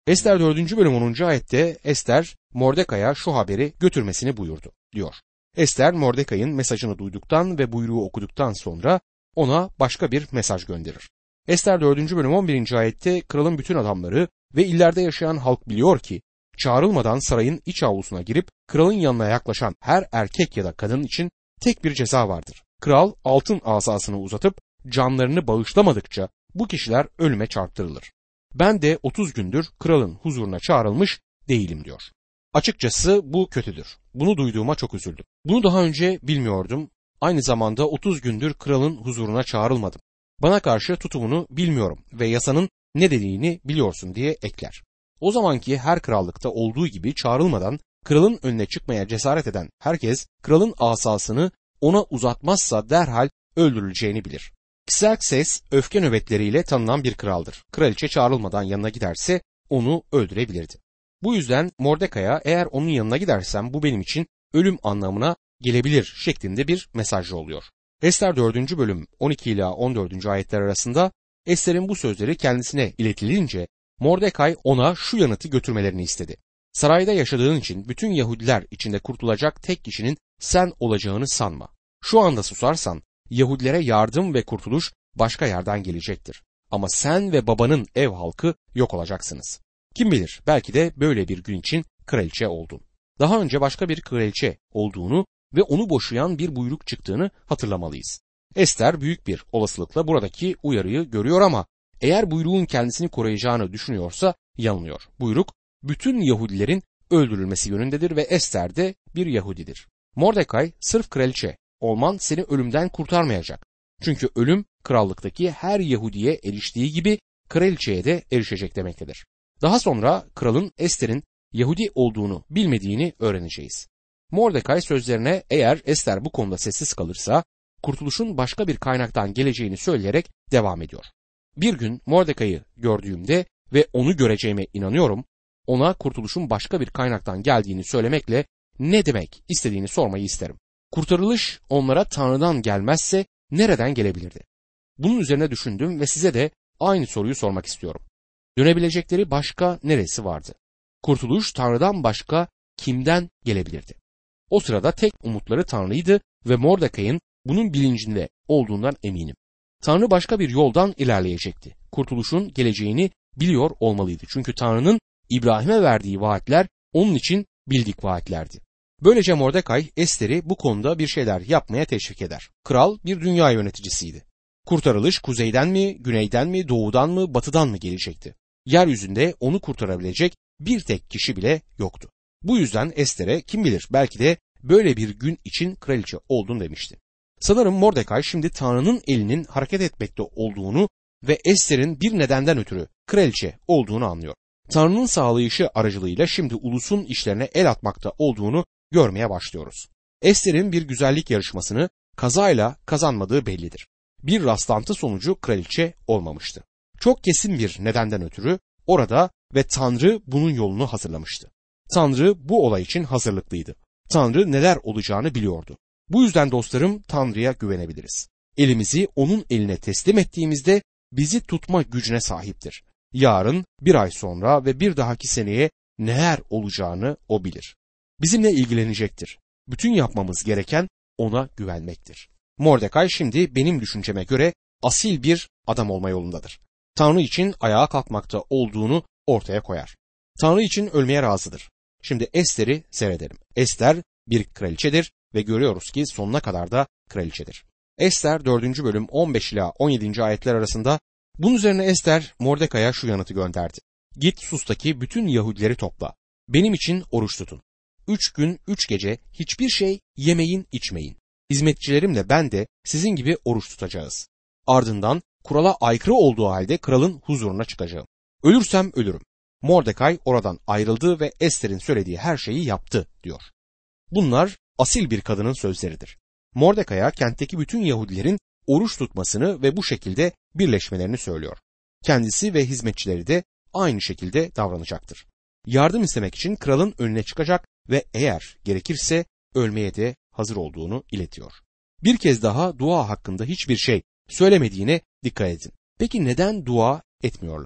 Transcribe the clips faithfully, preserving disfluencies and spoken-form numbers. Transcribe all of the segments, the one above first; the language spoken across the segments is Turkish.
Ester dördüncü bölüm onuncu ayette Ester Mordekai'ye şu haberi götürmesini buyurdu diyor. Ester Mordekai'nin mesajını duyduktan ve buyruğu okuduktan sonra ona başka bir mesaj gönderir. Ester dördüncü bölüm on birinci ayette kralın bütün adamları ve illerde yaşayan halk biliyor ki çağrılmadan sarayın iç avlusuna girip kralın yanına yaklaşan her erkek ya da kadın için tek bir ceza vardır. Kral altın asasını uzatıp canlarını bağışlamadıkça bu kişiler ölüme çarptırılır. Ben de otuz gündür kralın huzuruna çağrılmış değilim diyor. Açıkçası bu kötüdür. Bunu duyduğuma çok üzüldüm. Bunu daha önce bilmiyordum. Aynı zamanda otuz gündür kralın huzuruna çağrılmadım. Bana karşı tutumunu bilmiyorum ve yasanın ne dediğini biliyorsun diye ekler. O zamanki her krallıkta olduğu gibi çağrılmadan kralın önüne çıkmaya cesaret eden herkes kralın asasını ona uzatmazsa derhal öldürüleceğini bilir. Xerxes öfke nöbetleriyle tanınan bir kraldır. Kraliçe çağrılmadan yanına giderse onu öldürebilirdi. Bu yüzden Mordekai'ye eğer onun yanına gidersem bu benim için ölüm anlamına gelebilir şeklinde bir mesaj oluyor. Ester dördüncü bölüm on iki ila on dördüncü ayetler arasında Ester'in bu sözleri kendisine iletilince Mordekai ona şu yanıtı götürmelerini istedi. Sarayda yaşadığın için bütün Yahudiler içinde kurtulacak tek kişinin sen olacağını sanma. Şu anda susarsan Yahudilere yardım ve kurtuluş başka yerden gelecektir. Ama sen ve babanın ev halkı yok olacaksınız. Kim bilir belki de böyle bir gün için kraliçe oldun. Daha önce başka bir kraliçe olduğunu ve onu boşayan bir buyruk çıktığını hatırlamalıyız. Ester büyük bir olasılıkla buradaki uyarıyı görüyor ama eğer buyruğun kendisini koruyacağını düşünüyorsa yanılıyor. Buyruk bütün Yahudilerin öldürülmesi yönündedir ve Ester de bir Yahudidir. Mordekai sırf kraliçe olman seni ölümden kurtarmayacak. Çünkü ölüm krallıktaki her Yahudiye eriştiği gibi kraliçeye de erişecek demektedir. Daha sonra kralın Ester'in Yahudi olduğunu bilmediğini öğreneceğiz. Mordekai sözlerine eğer Ester bu konuda sessiz kalırsa kurtuluşun başka bir kaynaktan geleceğini söyleyerek devam ediyor. Bir gün Mordekai'yi gördüğümde ve onu göreceğime inanıyorum, ona kurtuluşun başka bir kaynaktan geldiğini söylemekle ne demek istediğini sormayı isterim. Kurtarılış onlara Tanrı'dan gelmezse nereden gelebilirdi? Bunun üzerine düşündüm ve size de aynı soruyu sormak istiyorum. Dönebilecekleri başka neresi vardı? Kurtuluş Tanrı'dan başka kimden gelebilirdi? O sırada tek umutları Tanrı'ydı ve Mordekai'nin bunun bilincinde olduğundan eminim. Tanrı başka bir yoldan ilerleyecekti. Kurtuluşun geleceğini biliyor olmalıydı. Çünkü Tanrı'nın İbrahim'e verdiği vaatler onun için bildik vaatlerdi. Böylece Mordekai Ester'i bu konuda bir şeyler yapmaya teşvik eder. Kral bir dünya yöneticisiydi. Kurtarılış kuzeyden mi, güneyden mi, doğudan mı, batıdan mı gelecekti? Yeryüzünde onu kurtarabilecek bir tek kişi bile yoktu. Bu yüzden Ester'e kim bilir belki de böyle bir gün için kraliçe oldun demişti. Sanırım Mordekai şimdi Tanrı'nın elinin hareket etmekte olduğunu ve Ester'in bir nedenden ötürü kraliçe olduğunu anlıyor. Tanrı'nın sağlayışı aracılığıyla şimdi ulusun işlerine el atmakta olduğunu görmeye başlıyoruz. Ester'in bir güzellik yarışmasını kazayla kazanmadığı bellidir. Bir rastlantı sonucu kraliçe olmamıştı. Çok kesin bir nedenden ötürü orada ve Tanrı bunun yolunu hazırlamıştı. Tanrı bu olay için hazırlıklıydı. Tanrı neler olacağını biliyordu. Bu yüzden dostlarım Tanrı'ya güvenebiliriz. Elimizi onun eline teslim ettiğimizde bizi tutma gücüne sahiptir. Yarın, bir ay sonra ve bir dahaki seneye neler olacağını o bilir. Bizimle ilgilenecektir. Bütün yapmamız gereken ona güvenmektir. Mordekai şimdi benim düşünceme göre asil bir adam olma yolundadır. Tanrı için ayağa kalkmakta olduğunu ortaya koyar. Tanrı için ölmeye razıdır. Şimdi Ester'i seyredelim. Ester bir kraliçedir ve görüyoruz ki sonuna kadar da kraliçedir. Ester dördüncü bölüm on beş ila on yedinci ayetler arasında bunun üzerine Ester Mordekai'ye şu yanıtı gönderdi. Git Sus'taki bütün Yahudileri topla. Benim için oruç tutun. Üç gün, üç gece hiçbir şey yemeyin, içmeyin. Hizmetçilerimle ben de sizin gibi oruç tutacağız. Ardından kurala aykırı olduğu halde kralın huzuruna çıkacağım. Ölürsem ölürüm. Mordekai oradan ayrıldı ve Ester'in söylediği her şeyi yaptı diyor. Bunlar asil bir kadının sözleridir. Mordekai'ye kentteki bütün Yahudilerin oruç tutmasını ve bu şekilde birleşmelerini söylüyor. Kendisi ve hizmetçileri de aynı şekilde davranacaktır. Yardım istemek için kralın önüne çıkacak ve eğer gerekirse ölmeye de hazır olduğunu iletiyor. Bir kez daha dua hakkında hiçbir şey söylemediğine dikkat edin. Peki neden dua etmiyorlar?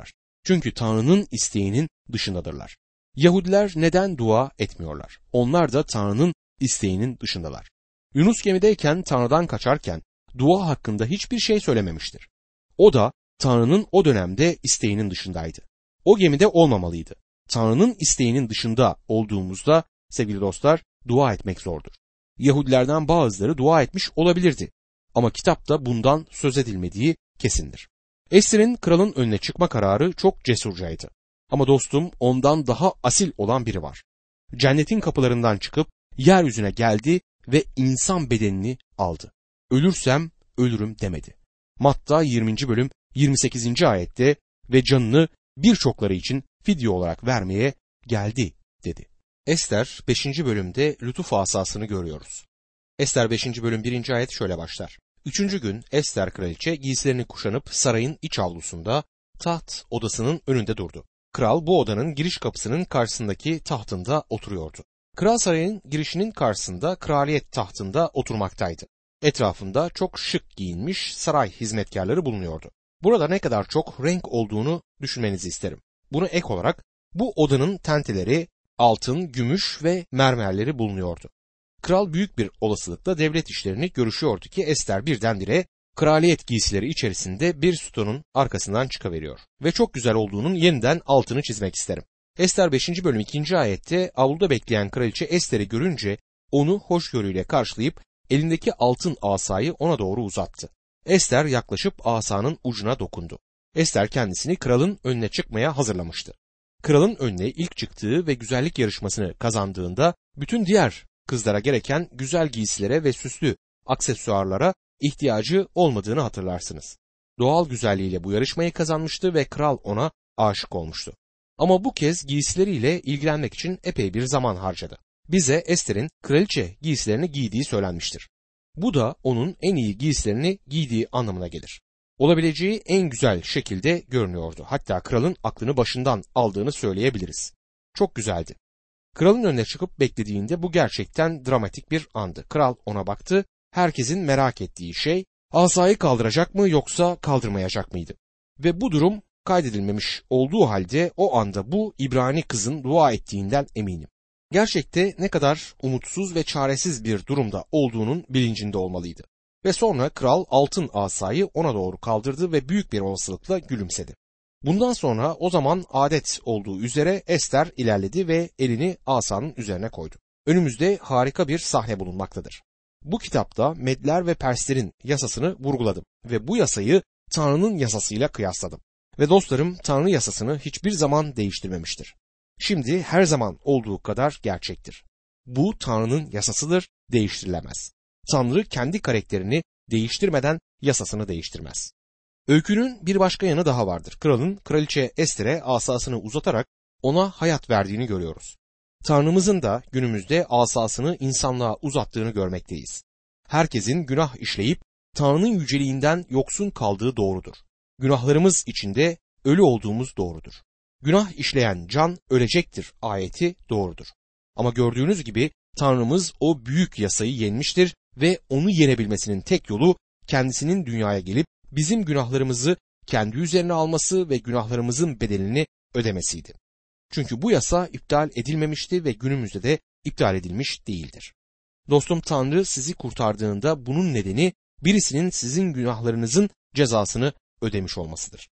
Çünkü Tanrı'nın isteğinin dışındadırlar. Yahudiler neden dua etmiyorlar? Onlar da Tanrı'nın isteğinin dışındalar. Yunus gemideyken Tanrı'dan kaçarken dua hakkında hiçbir şey söylememiştir. O da Tanrı'nın o dönemde isteğinin dışındaydı. O gemide olmamalıydı. Tanrı'nın isteğinin dışında olduğumuzda sevgili dostlar dua etmek zordur. Yahudilerden bazıları dua etmiş olabilirdi ama kitapta bundan söz edilmediği kesindir. Ester'in kralın önüne çıkma kararı çok cesurcaydı. Ama dostum ondan daha asil olan biri var. Cennetin kapılarından çıkıp yeryüzüne geldi ve insan bedenini aldı. Ölürsem ölürüm demedi. Matta yirminci bölüm yirmi sekizinci ayette ve canını birçokları için fidye olarak vermeye geldi dedi. Ester beşinci bölümde lütuf asasını görüyoruz. Ester beşinci bölüm birinci ayet şöyle başlar. Üçüncü gün Ester kraliçe giysilerini kuşanıp sarayın iç avlusunda taht odasının önünde durdu. Kral bu odanın giriş kapısının karşısındaki tahtında oturuyordu. Kral sarayın girişinin karşısında kraliyet tahtında oturmaktaydı. Etrafında çok şık giyinmiş saray hizmetkarları bulunuyordu. Burada ne kadar çok renk olduğunu düşünmenizi isterim. Buna ek olarak bu odanın tenteleri, altın, gümüş ve mermerleri bulunuyordu. Kral büyük bir olasılıkla devlet işlerini görüşüyordu ki Ester birdenbire kraliyet giysileri içerisinde bir sütunun arkasından çıkıveriyor. Ve çok güzel olduğunun yeniden altını çizmek isterim. Ester beşinci bölüm ikinci ayette avluda bekleyen kraliçe Ester'i görünce onu hoşgörüyle karşılayıp elindeki altın asayı ona doğru uzattı. Ester yaklaşıp asanın ucuna dokundu. Ester kendisini kralın önüne çıkmaya hazırlamıştı. Kralın önüne ilk çıktığı ve güzellik yarışmasını kazandığında bütün diğer kızlara gereken güzel giysilere ve süslü aksesuarlara ihtiyacı olmadığını hatırlarsınız. Doğal güzelliğiyle bu yarışmayı kazanmıştı ve kral ona aşık olmuştu. Ama bu kez giysileriyle ilgilenmek için epey bir zaman harcadı. Bize Ester'in kraliçe giysilerini giydiği söylenmiştir. Bu da onun en iyi giysilerini giydiği anlamına gelir. Olabileceği en güzel şekilde görünüyordu. Hatta kralın aklını başından aldığını söyleyebiliriz. Çok güzeldi. Kralın önüne çıkıp beklediğinde bu gerçekten dramatik bir andı. Kral ona baktı. Herkesin merak ettiği şey asayı kaldıracak mı yoksa kaldırmayacak mıydı? Ve bu durum kaydedilmemiş olduğu halde o anda bu İbrani kızın dua ettiğinden eminim. Gerçekte ne kadar umutsuz ve çaresiz bir durumda olduğunun bilincinde olmalıydı. Ve sonra kral altın asayı ona doğru kaldırdı ve büyük bir olasılıkla gülümsedi. Bundan sonra o zaman adet olduğu üzere Ester ilerledi ve elini asanın üzerine koydu. Önümüzde harika bir sahne bulunmaktadır. Bu kitapta Medler ve Perslerin yasasını vurguladım ve bu yasayı Tanrı'nın yasasıyla kıyasladım. Ve dostlarım Tanrı yasasını hiçbir zaman değiştirmemiştir. Şimdi her zaman olduğu kadar gerçektir. Bu Tanrı'nın yasasıdır, değiştirilemez. Tanrı kendi karakterini değiştirmeden yasasını değiştirmez. Öykünün bir başka yanı daha vardır. Kralın kraliçe Ester'e asasını uzatarak ona hayat verdiğini görüyoruz. Tanrımızın da günümüzde asasını insanlığa uzattığını görmekteyiz. Herkesin günah işleyip Tanrı'nın yüceliğinden yoksun kaldığı doğrudur. Günahlarımız içinde ölü olduğumuz doğrudur. Günah işleyen can ölecektir ayeti doğrudur. Ama gördüğünüz gibi Tanrımız o büyük yasayı yenmiştir ve onu yenebilmesinin tek yolu kendisinin dünyaya gelip bizim günahlarımızı kendi üzerine alması ve günahlarımızın bedelini ödemesiydi. Çünkü bu yasa iptal edilmemişti ve günümüzde de iptal edilmiş değildir. Dostum Tanrı sizi kurtardığında bunun nedeni birisinin sizin günahlarınızın cezasını ödemiş olmasıdır.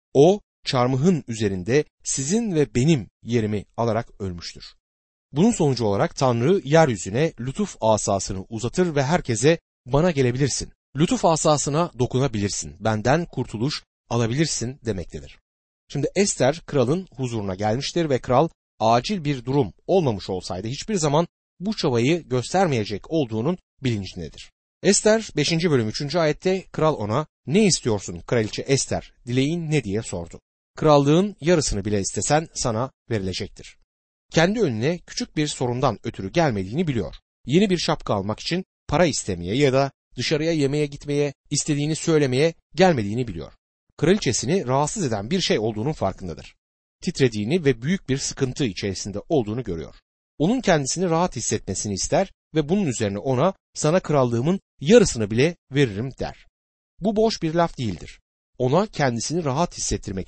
O çarmıhın üzerinde sizin ve benim yerimi alarak ölmüştür. Bunun sonucu olarak Tanrı yeryüzüne lütuf asasını uzatır ve herkese bana gelebilirsin, lütuf asasına dokunabilirsin, benden kurtuluş alabilirsin demektedir. Şimdi Ester kralın huzuruna gelmiştir ve kral acil bir durum olmamış olsaydı hiçbir zaman bu çabayı göstermeyecek olduğunun bilincindedir. Ester beşinci bölüm üçüncü ayette kral ona ne istiyorsun kraliçe Ester dileğin ne diye sordu. Krallığın yarısını bile istesen sana verilecektir. Kendi önüne küçük bir sorundan ötürü gelmediğini biliyor. Yeni bir şapka almak için para istemeye ya da dışarıya yemeğe gitmeye istediğini söylemeye gelmediğini biliyor. Kraliçesini rahatsız eden bir şey olduğunun farkındadır. Titrediğini ve büyük bir sıkıntı içerisinde olduğunu görüyor. Onun kendisini rahat hissetmesini ister ve bunun üzerine ona sana krallığımın yarısını bile veririm der. Bu boş bir laf değildir. Ona kendisini rahat hissettirmek için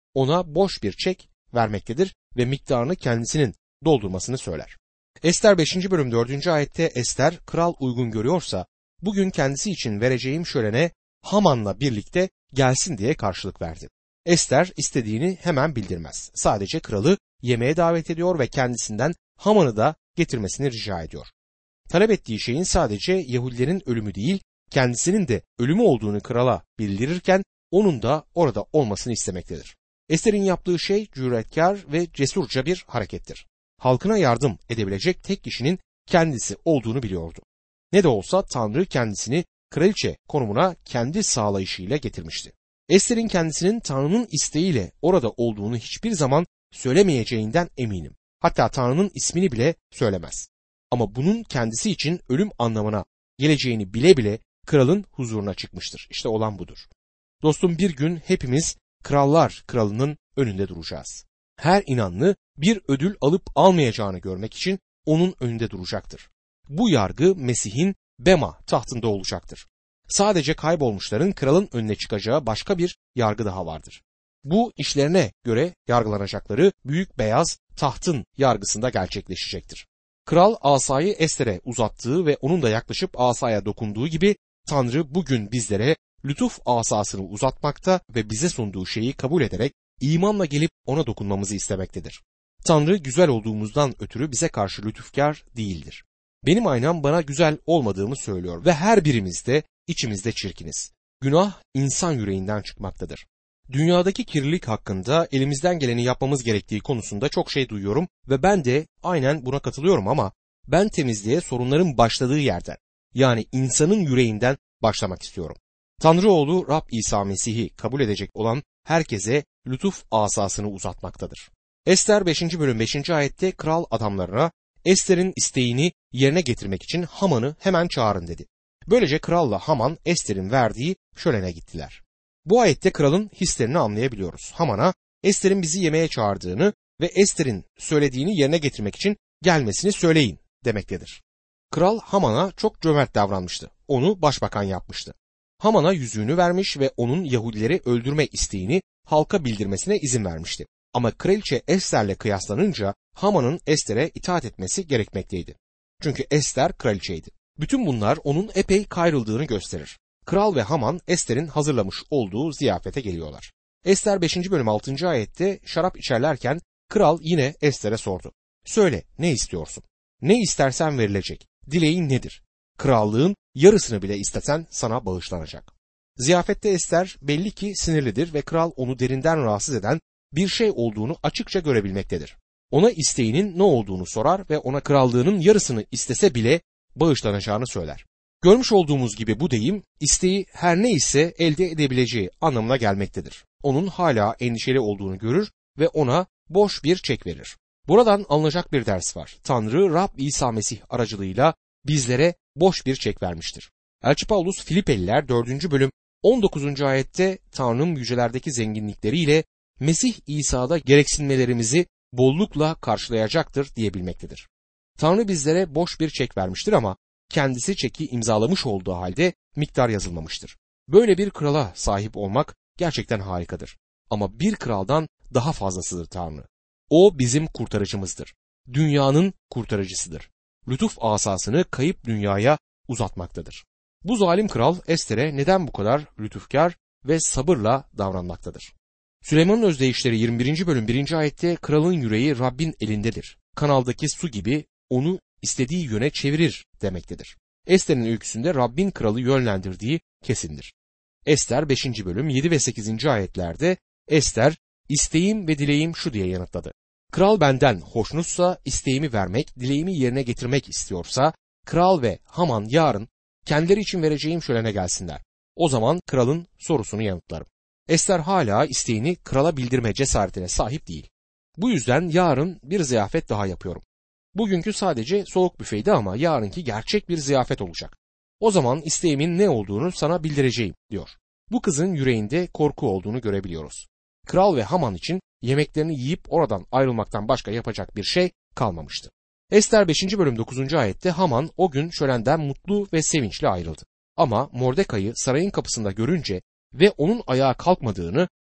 ona boş bir çek vermektedir ve miktarını kendisinin doldurmasını söyler. Ester beşinci bölüm dördüncü ayette Ester kral uygun görüyorsa bugün kendisi için vereceğim şölene Haman'la birlikte gelsin diye karşılık verdi. Ester istediğini hemen bildirmez. Sadece kralı yemeğe davet ediyor ve kendisinden Haman'ı da getirmesini rica ediyor. Talep ettiği şeyin sadece Yahudilerin ölümü değil, kendisinin de ölümü olduğunu krala bildirirken onun da orada olmasını istemektedir. Ester'in yaptığı şey cüretkar ve cesurca bir harekettir. Halkına yardım edebilecek tek kişinin kendisi olduğunu biliyordu. Ne de olsa Tanrı kendisini kraliçe konumuna kendi sağlayışıyla getirmişti. Ester'in kendisinin Tanrı'nın isteğiyle orada olduğunu hiçbir zaman söylemeyeceğinden eminim. Hatta Tanrı'nın ismini bile söylemez. Ama bunun kendisi için ölüm anlamına geleceğini bile bile kralın huzuruna çıkmıştır. İşte olan budur. Dostum, bir gün hepimiz krallar kralının önünde duracağız. Her inanlı bir ödül alıp almayacağını görmek için onun önünde duracaktır. Bu yargı Mesih'in Bema tahtında olacaktır. Sadece kaybolmuşların kralın önüne çıkacağı başka bir yargı daha vardır. Bu işlerine göre yargılanacakları büyük beyaz tahtın yargısında gerçekleşecektir. Kral asayı Ester'e uzattığı ve onun da yaklaşıp asaya dokunduğu gibi Tanrı bugün bizlere lütuf asasını uzatmakta ve bize sunduğu şeyi kabul ederek imanla gelip ona dokunmamızı istemektedir. Tanrı güzel olduğumuzdan ötürü bize karşı lütufkar değildir. Benim aynam bana güzel olmadığımı söylüyor ve her birimiz de içimizde çirkiniz. Günah insan yüreğinden çıkmaktadır. Dünyadaki kirlilik hakkında elimizden geleni yapmamız gerektiği konusunda çok şey duyuyorum ve ben de aynen buna katılıyorum ama ben temizliğe sorunların başladığı yerden, yani insanın yüreğinden başlamak istiyorum. Tanrı oğlu Rab İsa Mesih'i kabul edecek olan herkese lütuf asasını uzatmaktadır. Ester beşinci bölüm beşinci ayette kral adamlarına Ester'in isteğini yerine getirmek için Haman'ı hemen çağırın dedi. Böylece kralla Haman Ester'in verdiği şölene gittiler. Bu ayette kralın hislerini anlayabiliyoruz. Haman'a Ester'in bizi yemeğe çağırdığını ve Ester'in söylediğini yerine getirmek için gelmesini söyleyin demektedir. Kral Haman'a çok cömert davranmıştı. Onu başbakan yapmıştı. Haman'a yüzüğünü vermiş ve onun Yahudileri öldürme isteğini halka bildirmesine izin vermişti. Ama kraliçe Ester'le kıyaslanınca Haman'ın Ester'e itaat etmesi gerekmekteydi. Çünkü Ester kraliçeydi. Bütün bunlar onun epey kayrıldığını gösterir. Kral ve Haman Ester'in hazırlamış olduğu ziyafete geliyorlar. Ester beşinci bölüm altıncı ayette şarap içerlerken kral yine Ester'e sordu. Söyle, ne istiyorsun? Ne istersen verilecek. Dileğin nedir? Krallığın yarısını bile istesen sana bağışlanacak. Ziyafette Ester belli ki sinirlidir ve kral onu derinden rahatsız eden bir şey olduğunu açıkça görebilmektedir. Ona isteğinin ne olduğunu sorar ve ona krallığının yarısını istese bile bağışlanacağını söyler. Görmüş olduğumuz gibi bu deyim isteği her ne ise elde edebileceği anlamına gelmektedir. Onun hala endişeli olduğunu görür ve ona boş bir çek verir. Buradan alınacak bir ders var. Tanrı Rab İsa Mesih aracılığıyla bizlere boş bir çek vermiştir. Elçi Paulus Filipeliler dördüncü bölüm on dokuzuncu ayette Tanrı'nın yücelerdeki zenginlikleriyle Mesih İsa'da gereksinmelerimizi bollukla karşılayacaktır diyebilmektedir. Tanrı bizlere boş bir çek vermiştir ama kendisi çeki imzalamış olduğu halde miktar yazılmamıştır. Böyle bir krala sahip olmak gerçekten harikadır. Ama bir kraldan daha fazlasıdır Tanrı. O bizim kurtarıcımızdır. Dünyanın kurtarıcısıdır. Lütuf asasını kayıp dünyaya uzatmaktadır. Bu zalim kral Ester'e neden bu kadar lütufkar ve sabırla davranmaktadır? Süleyman'ın özdeyişleri yirmi birinci bölüm birinci ayette kralın yüreği Rabbin elindedir. Kanaldaki su gibi onu istediği yöne çevirir demektedir. Ester'in öyküsünde Rabbin kralı yönlendirdiği kesindir. Ester beşinci bölüm yedi ve sekizinci ayetlerde Ester isteğim ve dileğim şu diye yanıtladı. Kral benden hoşnutsa isteğimi vermek, dileğimi yerine getirmek istiyorsa kral ve Haman yarın kendileri için vereceğim şölene gelsinler. O zaman kralın sorusunu yanıtlarım. Ester hala isteğini krala bildirme cesaretine sahip değil. Bu yüzden yarın bir ziyafet daha yapıyorum. Bugünkü sadece soğuk büfeydi ama yarınki gerçek bir ziyafet olacak. O zaman isteğimin ne olduğunu sana bildireceğim diyor. Bu kızın yüreğinde korku olduğunu görebiliyoruz. Kral ve Haman için yemeklerini yiyip oradan ayrılmaktan başka yapacak bir şey kalmamıştı. Ester beşinci bölüm dokuzuncu ayette Haman o gün şölenden mutlu ve sevinçli ayrıldı. Ama Mordekai'yi sarayın kapısında görünce ve onun ayağa kalkmadığını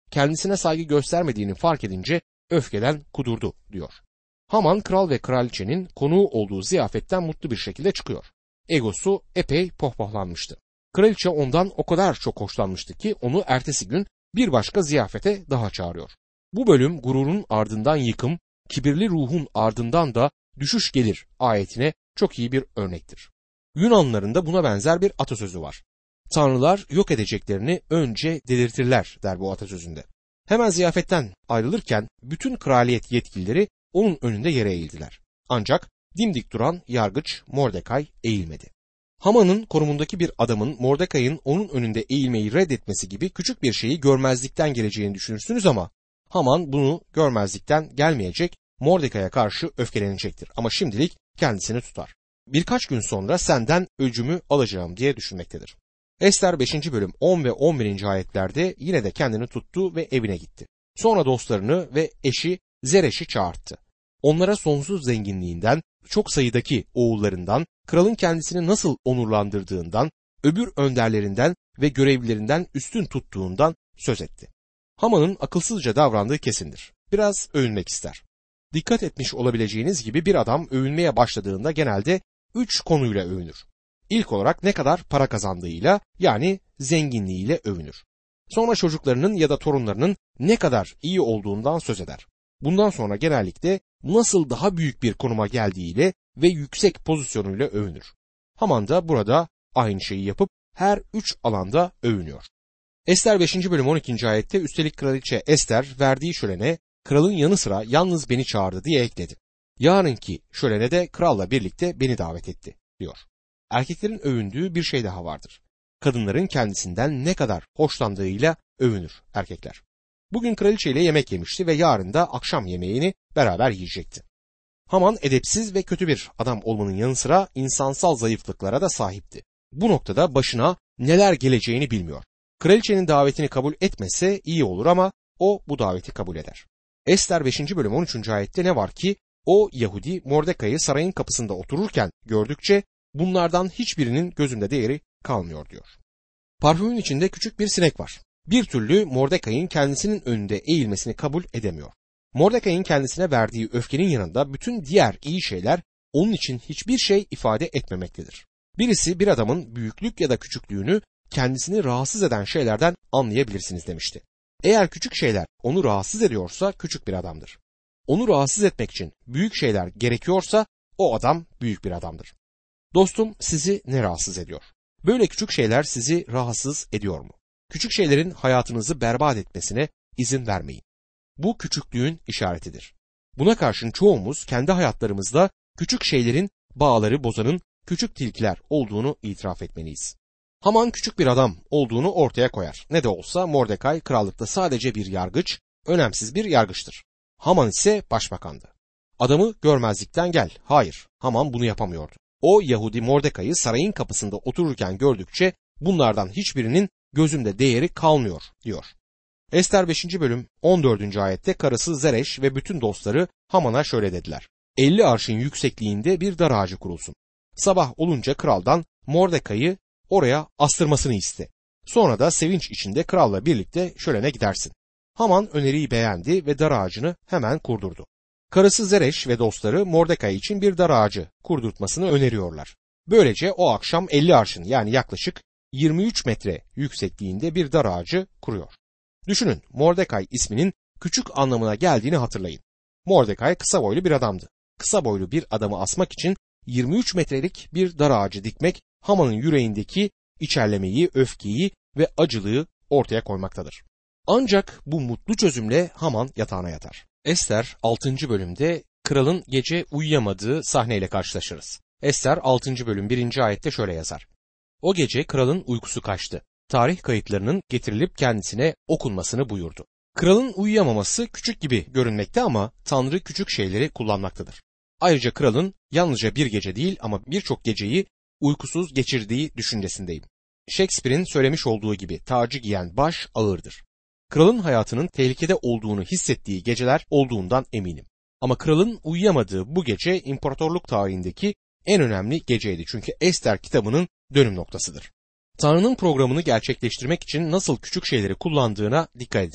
kendisine saygı göstermediğini fark edince öfkeden kudurdu diyor. Haman kral ve kraliçenin konuğu olduğu ziyafetten mutlu bir şekilde çıkıyor. Egosu epey pohpohlanmıştı. Kraliçe ondan o kadar çok hoşlanmıştı ki onu ertesi gün bir başka ziyafete daha çağırıyor. Bu bölüm gururun ardından yıkım, kibirli ruhun ardından da düşüş gelir ayetine çok iyi bir örnektir. Yunanlıların da buna benzer bir atasözü var. Tanrılar yok edeceklerini önce delirtirler der bu atasözünde. Hemen ziyafetten ayrılırken bütün kraliyet yetkilileri onun önünde yere eğildiler. Ancak dimdik duran yargıç Mordekay eğilmedi. Haman'ın konumundaki bir adamın Mordekay'ın onun önünde eğilmeyi reddetmesi gibi küçük bir şeyi görmezlikten geleceğini düşünürsünüz ama Haman bunu görmezlikten gelmeyecek, Mordekay'a karşı öfkelenecektir ama şimdilik kendisini tutar. Birkaç gün sonra senden öcümü alacağım diye düşünmektedir. Ester beşinci bölüm on ve on birinci ayetlerde yine de kendini tuttu ve evine gitti. Sonra dostlarını ve eşi Zereş'i çağırttı. Onlara sonsuz zenginliğinden, çok sayıdaki oğullarından, kralın kendisini nasıl onurlandırdığından, öbür önderlerinden ve görevlilerinden üstün tuttuğundan söz etti. Haman'ın akılsızca davrandığı kesindir. Biraz övünmek ister. Dikkat etmiş olabileceğiniz gibi bir adam övünmeye başladığında genelde üç konuyla övünür. İlk olarak ne kadar para kazandığıyla, yani zenginliğiyle övünür. Sonra çocuklarının ya da torunlarının ne kadar iyi olduğundan söz eder. Bundan sonra genellikle nasıl daha büyük bir konuma geldiğiyle ve yüksek pozisyonuyla övünür. Haman da burada aynı şeyi yapıp her üç alanda övünüyor. Ester beşinci bölüm on ikinci ayette üstelik kraliçe Ester verdiği şölene kralın yanı sıra yalnız beni çağırdı diye ekledi. Yarınki şölene de kralla birlikte beni davet etti diyor. Erkeklerin övündüğü bir şey daha vardır. Kadınların kendisinden ne kadar hoşlandığıyla övünür erkekler. Bugün kraliçeyle yemek yemişti ve yarın da akşam yemeğini beraber yiyecekti. Haman edepsiz ve kötü bir adam olmanın yanı sıra insansal zayıflıklara da sahipti. Bu noktada başına neler geleceğini bilmiyor. Kraliçenin davetini kabul etmese iyi olur ama o bu daveti kabul eder. Ester beşinci bölüm on üçüncü ayette ne var ki o Yahudi Mordekay'ı sarayın kapısında otururken gördükçe bunlardan hiçbirinin gözünde değeri kalmıyor diyor. Parfümün içinde küçük bir sinek var. Bir türlü Mordekay'ın kendisinin önünde eğilmesini kabul edemiyor. Mordekay'ın kendisine verdiği öfkenin yanında bütün diğer iyi şeyler onun için hiçbir şey ifade etmemektedir. Birisi bir adamın büyüklük ya da küçüklüğünü kendisini rahatsız eden şeylerden anlayabilirsiniz demişti. Eğer küçük şeyler onu rahatsız ediyorsa küçük bir adamdır. Onu rahatsız etmek için büyük şeyler gerekiyorsa o adam büyük bir adamdır. Dostum, sizi ne rahatsız ediyor? Böyle küçük şeyler sizi rahatsız ediyor mu? Küçük şeylerin hayatınızı berbat etmesine izin vermeyin. Bu küçüklüğün işaretidir. Buna karşın çoğumuz kendi hayatlarımızda küçük şeylerin bağları bozanın küçük tilkiler olduğunu itiraf etmeliyiz. Haman küçük bir adam olduğunu ortaya koyar. Ne de olsa Mordekay krallıkta sadece bir yargıç, önemsiz bir yargıçtır. Haman ise başbakandı. Adamı görmezlikten gel. Hayır, Haman bunu yapamıyordu. O Yahudi Mordekay'ı sarayın kapısında otururken gördükçe bunlardan hiçbirinin gözümde değeri kalmıyor diyor. Ester beşinci bölüm on dördüncü ayette karısı Zereş ve bütün dostları Haman'a şöyle dediler. elli arşın yüksekliğinde bir dar ağacı kurulsun. Sabah olunca kraldan Mordekay'ı oraya astırmasını iste. Sonra da sevinç içinde kralla birlikte şölene gidersin. Haman öneriyi beğendi ve dar ağacını hemen kurdurdu. Karısı Zereş ve dostları Mordekay için bir dar ağacı kurdurtmasını öneriyorlar. Böylece o akşam elli arşın yani yaklaşık yirmi üç metre yüksekliğinde bir dar ağacı kuruyor. Düşünün, Mordekay isminin küçük anlamına geldiğini hatırlayın. Mordekay kısa boylu bir adamdı. Kısa boylu bir adamı asmak için yirmi üç metrelik bir dar ağacı dikmek Haman'ın yüreğindeki içerlemeyi, öfkeyi ve acılığı ortaya koymaktadır. Ancak bu mutlu çözümle Haman yatağına yatar. Ester altıncı bölümde kralın gece uyuyamadığı sahneyle karşılaşırız. Ester altıncı bölüm birinci ayette şöyle yazar. O gece kralın uykusu kaçtı. Tarih kayıtlarının getirilip kendisine okunmasını buyurdu. Kralın uyuyamaması küçük gibi görünmekte ama Tanrı küçük şeyleri kullanmaktadır. Ayrıca kralın yalnızca bir gece değil ama birçok geceyi uykusuz geçirdiği düşüncesindeyim. Shakespeare'in söylemiş olduğu gibi tacı giyen baş ağırdır. Kralın hayatının tehlikede olduğunu hissettiği geceler olduğundan eminim. Ama kralın uyuyamadığı bu gece imparatorluk tarihindeki en önemli geceydi çünkü Ester kitabının dönüm noktasıdır. Tanrı'nın programını gerçekleştirmek için nasıl küçük şeyleri kullandığına dikkat edin.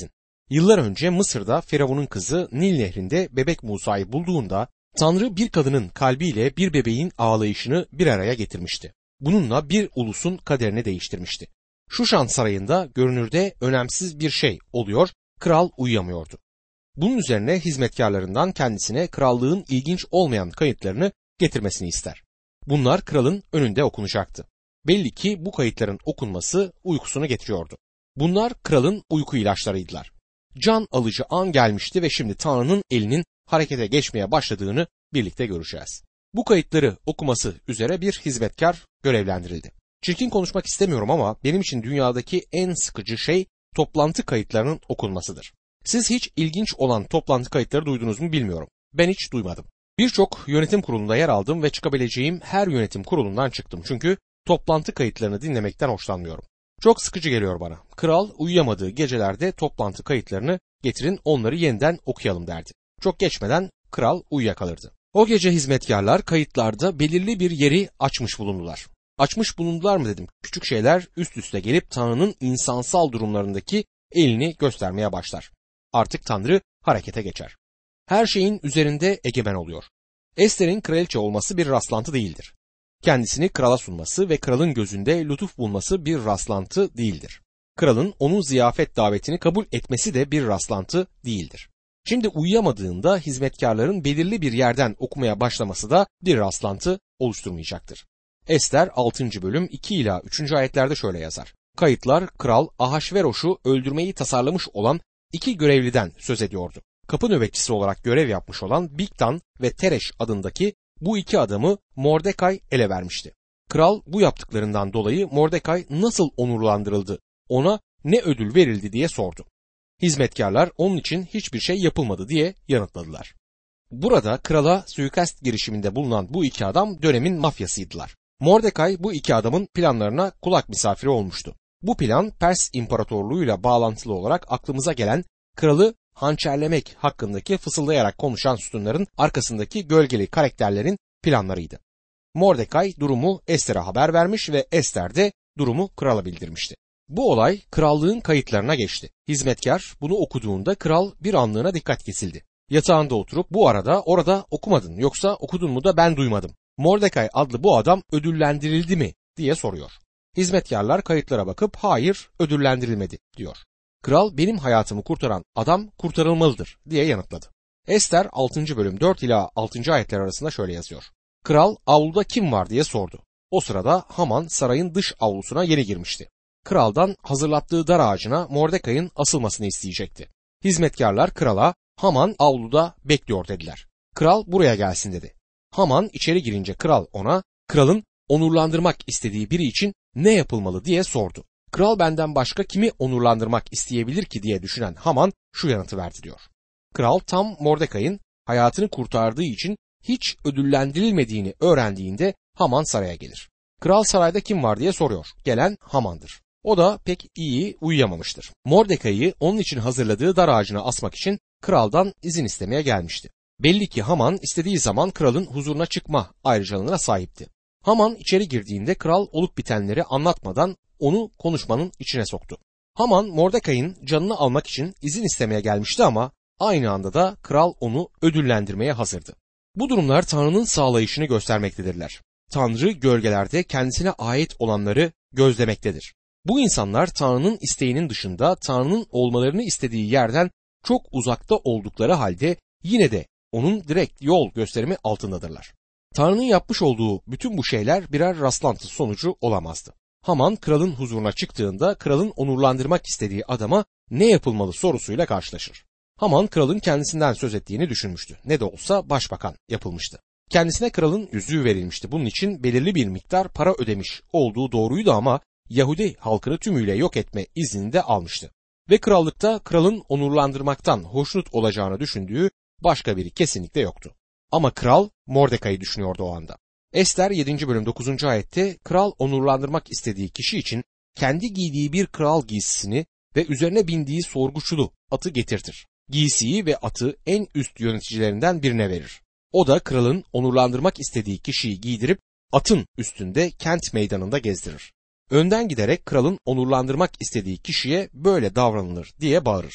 Yıllar önce Mısır'da Firavun'un kızı Nil Nehri'nde bebek Musa'yı bulduğunda Tanrı bir kadının kalbiyle bir bebeğin ağlayışını bir araya getirmişti. Bununla bir ulusun kaderini değiştirmişti. Şuşan sarayında görünürde önemsiz bir şey oluyor, kral uyuyamıyordu. Bunun üzerine hizmetkarlarından kendisine krallığın ilginç olmayan kayıtlarını getirmesini ister. Bunlar kralın önünde okunacaktı. Belli ki bu kayıtların okunması uykusunu getiriyordu. Bunlar kralın uyku ilaçlarıydılar. Can alıcı an gelmişti ve şimdi Tanrı'nın elinin harekete geçmeye başladığını birlikte göreceğiz. Bu kayıtları okuması üzere bir hizmetkar görevlendirildi. Çirkin konuşmak istemiyorum ama benim için dünyadaki en sıkıcı şey toplantı kayıtlarının okunmasıdır. Siz hiç ilginç olan toplantı kayıtları duydunuz mu bilmiyorum. Ben hiç duymadım. Birçok yönetim kurulunda yer aldım ve çıkabileceğim her yönetim kurulundan çıktım. Çünkü toplantı kayıtlarını dinlemekten hoşlanmıyorum. Çok sıkıcı geliyor bana. Kral uyuyamadığı gecelerde toplantı kayıtlarını getirin onları yeniden okuyalım derdi. Çok geçmeden kral uyuyakalırdı. O gece hizmetkarlar kayıtlarda belirli bir yeri açmış bulundular. Açmış bulundular mı dedim. Küçük şeyler üst üste gelip Tanrı'nın insansal durumlarındaki elini göstermeye başlar. Artık Tanrı harekete geçer. Her şeyin üzerinde egemen oluyor. Ester'in kraliçe olması bir rastlantı değildir. Kendisini krala sunması ve kralın gözünde lütuf bulması bir rastlantı değildir. Kralın onun ziyafet davetini kabul etmesi de bir rastlantı değildir. Şimdi uyuyamadığında hizmetkarların belirli bir yerden okumaya başlaması da bir rastlantı oluşturmayacaktır. Ester altıncı bölüm iki ila üçüncü ayetlerde şöyle yazar. Kayıtlar kral Ahasveroş'u öldürmeyi tasarlamış olan iki görevliden söz ediyordu. Kapı nöbetçisi olarak görev yapmış olan Bigtan ve Tereş adındaki bu iki adamı Mordekay ele vermişti. Kral bu yaptıklarından dolayı Mordekay nasıl onurlandırıldı, ona ne ödül verildi diye sordu. Hizmetkarlar onun için hiçbir şey yapılmadı diye yanıtladılar. Burada krala suikast girişiminde bulunan bu iki adam dönemin mafyasıydılar. Mordekay bu iki adamın planlarına kulak misafiri olmuştu. Bu plan Pers İmparatorluğu'yla bağlantılı olarak aklımıza gelen kralı hançerlemek hakkındaki fısıldayarak konuşan sütunların arkasındaki gölgeli karakterlerin planlarıydı. Mordekay durumu Ester'e haber vermiş ve Ester de durumu krala bildirmişti. Bu olay krallığın kayıtlarına geçti. Hizmetkar bunu okuduğunda kral bir anlığına dikkat kesildi. Yatağında oturup bu arada orada okumadın yoksa okudun mu da ben duymadım. Mordekay adlı bu adam ödüllendirildi mi diye soruyor. Hizmetkarlar kayıtlara bakıp hayır ödüllendirilmedi diyor. Kral benim hayatımı kurtaran adam kurtarılmalıdır diye yanıtladı. Ester altıncı bölüm dört ila altıncı ayetler arasında şöyle yazıyor. Kral avluda kim var diye sordu. O sırada Haman sarayın dış avlusuna yeni girmişti. Kraldan hazırlattığı dar ağacına Mordekay'ın asılmasını isteyecekti. Hizmetkarlar krala Haman avluda bekliyor dediler. Kral buraya gelsin dedi. Haman içeri girince kral ona kralın onurlandırmak istediği biri için ne yapılmalı diye sordu. Kral benden başka kimi onurlandırmak isteyebilir ki diye düşünen Haman şu yanıtı verdi diyor. Kral tam Mordekay'ın hayatını kurtardığı için hiç ödüllendirilmediğini öğrendiğinde Haman saraya gelir. Kral sarayda kim var diye soruyor. Gelen Haman'dır. O da pek iyi uyuyamamıştır. Mordekay'ı onun için hazırladığı dar ağacına asmak için kraldan izin istemeye gelmişti. Belli ki Haman istediği zaman kralın huzuruna çıkma ayrıcalığına sahipti. Haman içeri girdiğinde kral olup bitenleri anlatmadan onu konuşmanın içine soktu. Haman Mordekay'ın canını almak için izin istemeye gelmişti ama aynı anda da kral onu ödüllendirmeye hazırdı. Bu durumlar Tanrı'nın sağlayışını göstermektedirler. Tanrı gölgelerde kendisine ait olanları gözlemektedir. Bu insanlar Tanrı'nın isteğinin dışında Tanrı'nın olmalarını istediği yerden çok uzakta oldukları halde yine de onun direkt yol gösterimi altındadırlar. Tanrı'nın yapmış olduğu bütün bu şeyler birer rastlantı sonucu olamazdı. Haman kralın huzuruna çıktığında kralın onurlandırmak istediği adama ne yapılmalı sorusuyla karşılaşır. Haman kralın kendisinden söz ettiğini düşünmüştü. Ne de olsa başbakan yapılmıştı. Kendisine kralın yüzüğü verilmişti. Bunun için belirli bir miktar para ödemiş olduğu doğruydu ama Yahudi halkını tümüyle yok etme iznini de almıştı. Ve krallıkta kralın onurlandırmaktan hoşnut olacağını düşündüğü başka biri kesinlikle yoktu. Ama kral Mordekay'ı düşünüyordu o anda. Ester yedinci bölüm dokuzuncu ayette kral onurlandırmak istediği kişi için kendi giydiği bir kral giysisini ve üzerine bindiği sorguçulu atı getirtir. Giysiyi ve atı en üst yöneticilerinden birine verir. O da kralın onurlandırmak istediği kişiyi giydirip atın üstünde kent meydanında gezdirir. Önden giderek kralın onurlandırmak istediği kişiye böyle davranılır diye bağırır.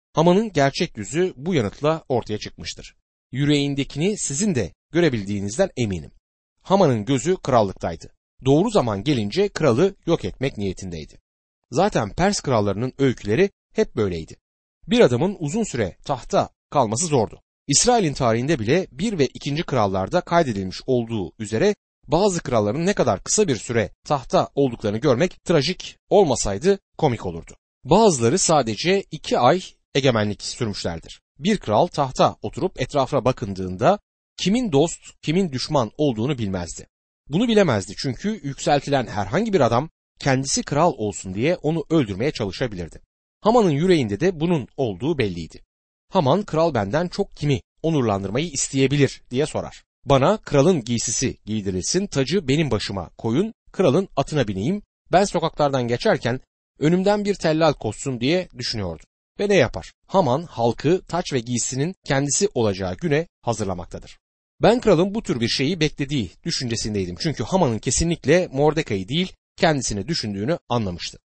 Haman'ın gerçek yüzü bu yanıtla ortaya çıkmıştır. Yüreğindekini sizin de görebildiğinizden eminim. Haman'ın gözü krallıktaydı. Doğru zaman gelince kralı yok etmek niyetindeydi. Zaten Pers krallarının öyküleri hep böyleydi. Bir adamın uzun süre tahta kalması zordu. İsrail'in tarihinde bile bir ve ikinci krallarda kaydedilmiş olduğu üzere bazı kralların ne kadar kısa bir süre tahta olduklarını görmek trajik olmasaydı komik olurdu. Bazıları sadece iki ay egemenlik sürmüşlerdir. Bir kral tahta oturup etrafına bakındığında kimin dost, kimin düşman olduğunu bilmezdi. Bunu bilemezdi çünkü yükseltilen herhangi bir adam kendisi kral olsun diye onu öldürmeye çalışabilirdi. Haman'ın yüreğinde de bunun olduğu belliydi. Haman, kral benden çok kimi onurlandırmayı isteyebilir diye sorar. Bana kralın giysisi giydirilsin, tacı benim başıma koyun, kralın atına bineyim, ben sokaklardan geçerken önümden bir tellal koşsun diye düşünüyordu. Ve ne yapar? Haman halkı taç ve giysinin kendisi olacağı güne hazırlamaktadır. Ben kralın bu tür bir şeyi beklediği düşüncesindeydim. Çünkü Haman'ın kesinlikle Mordekai'yi değil kendisini düşündüğünü anlamıştı.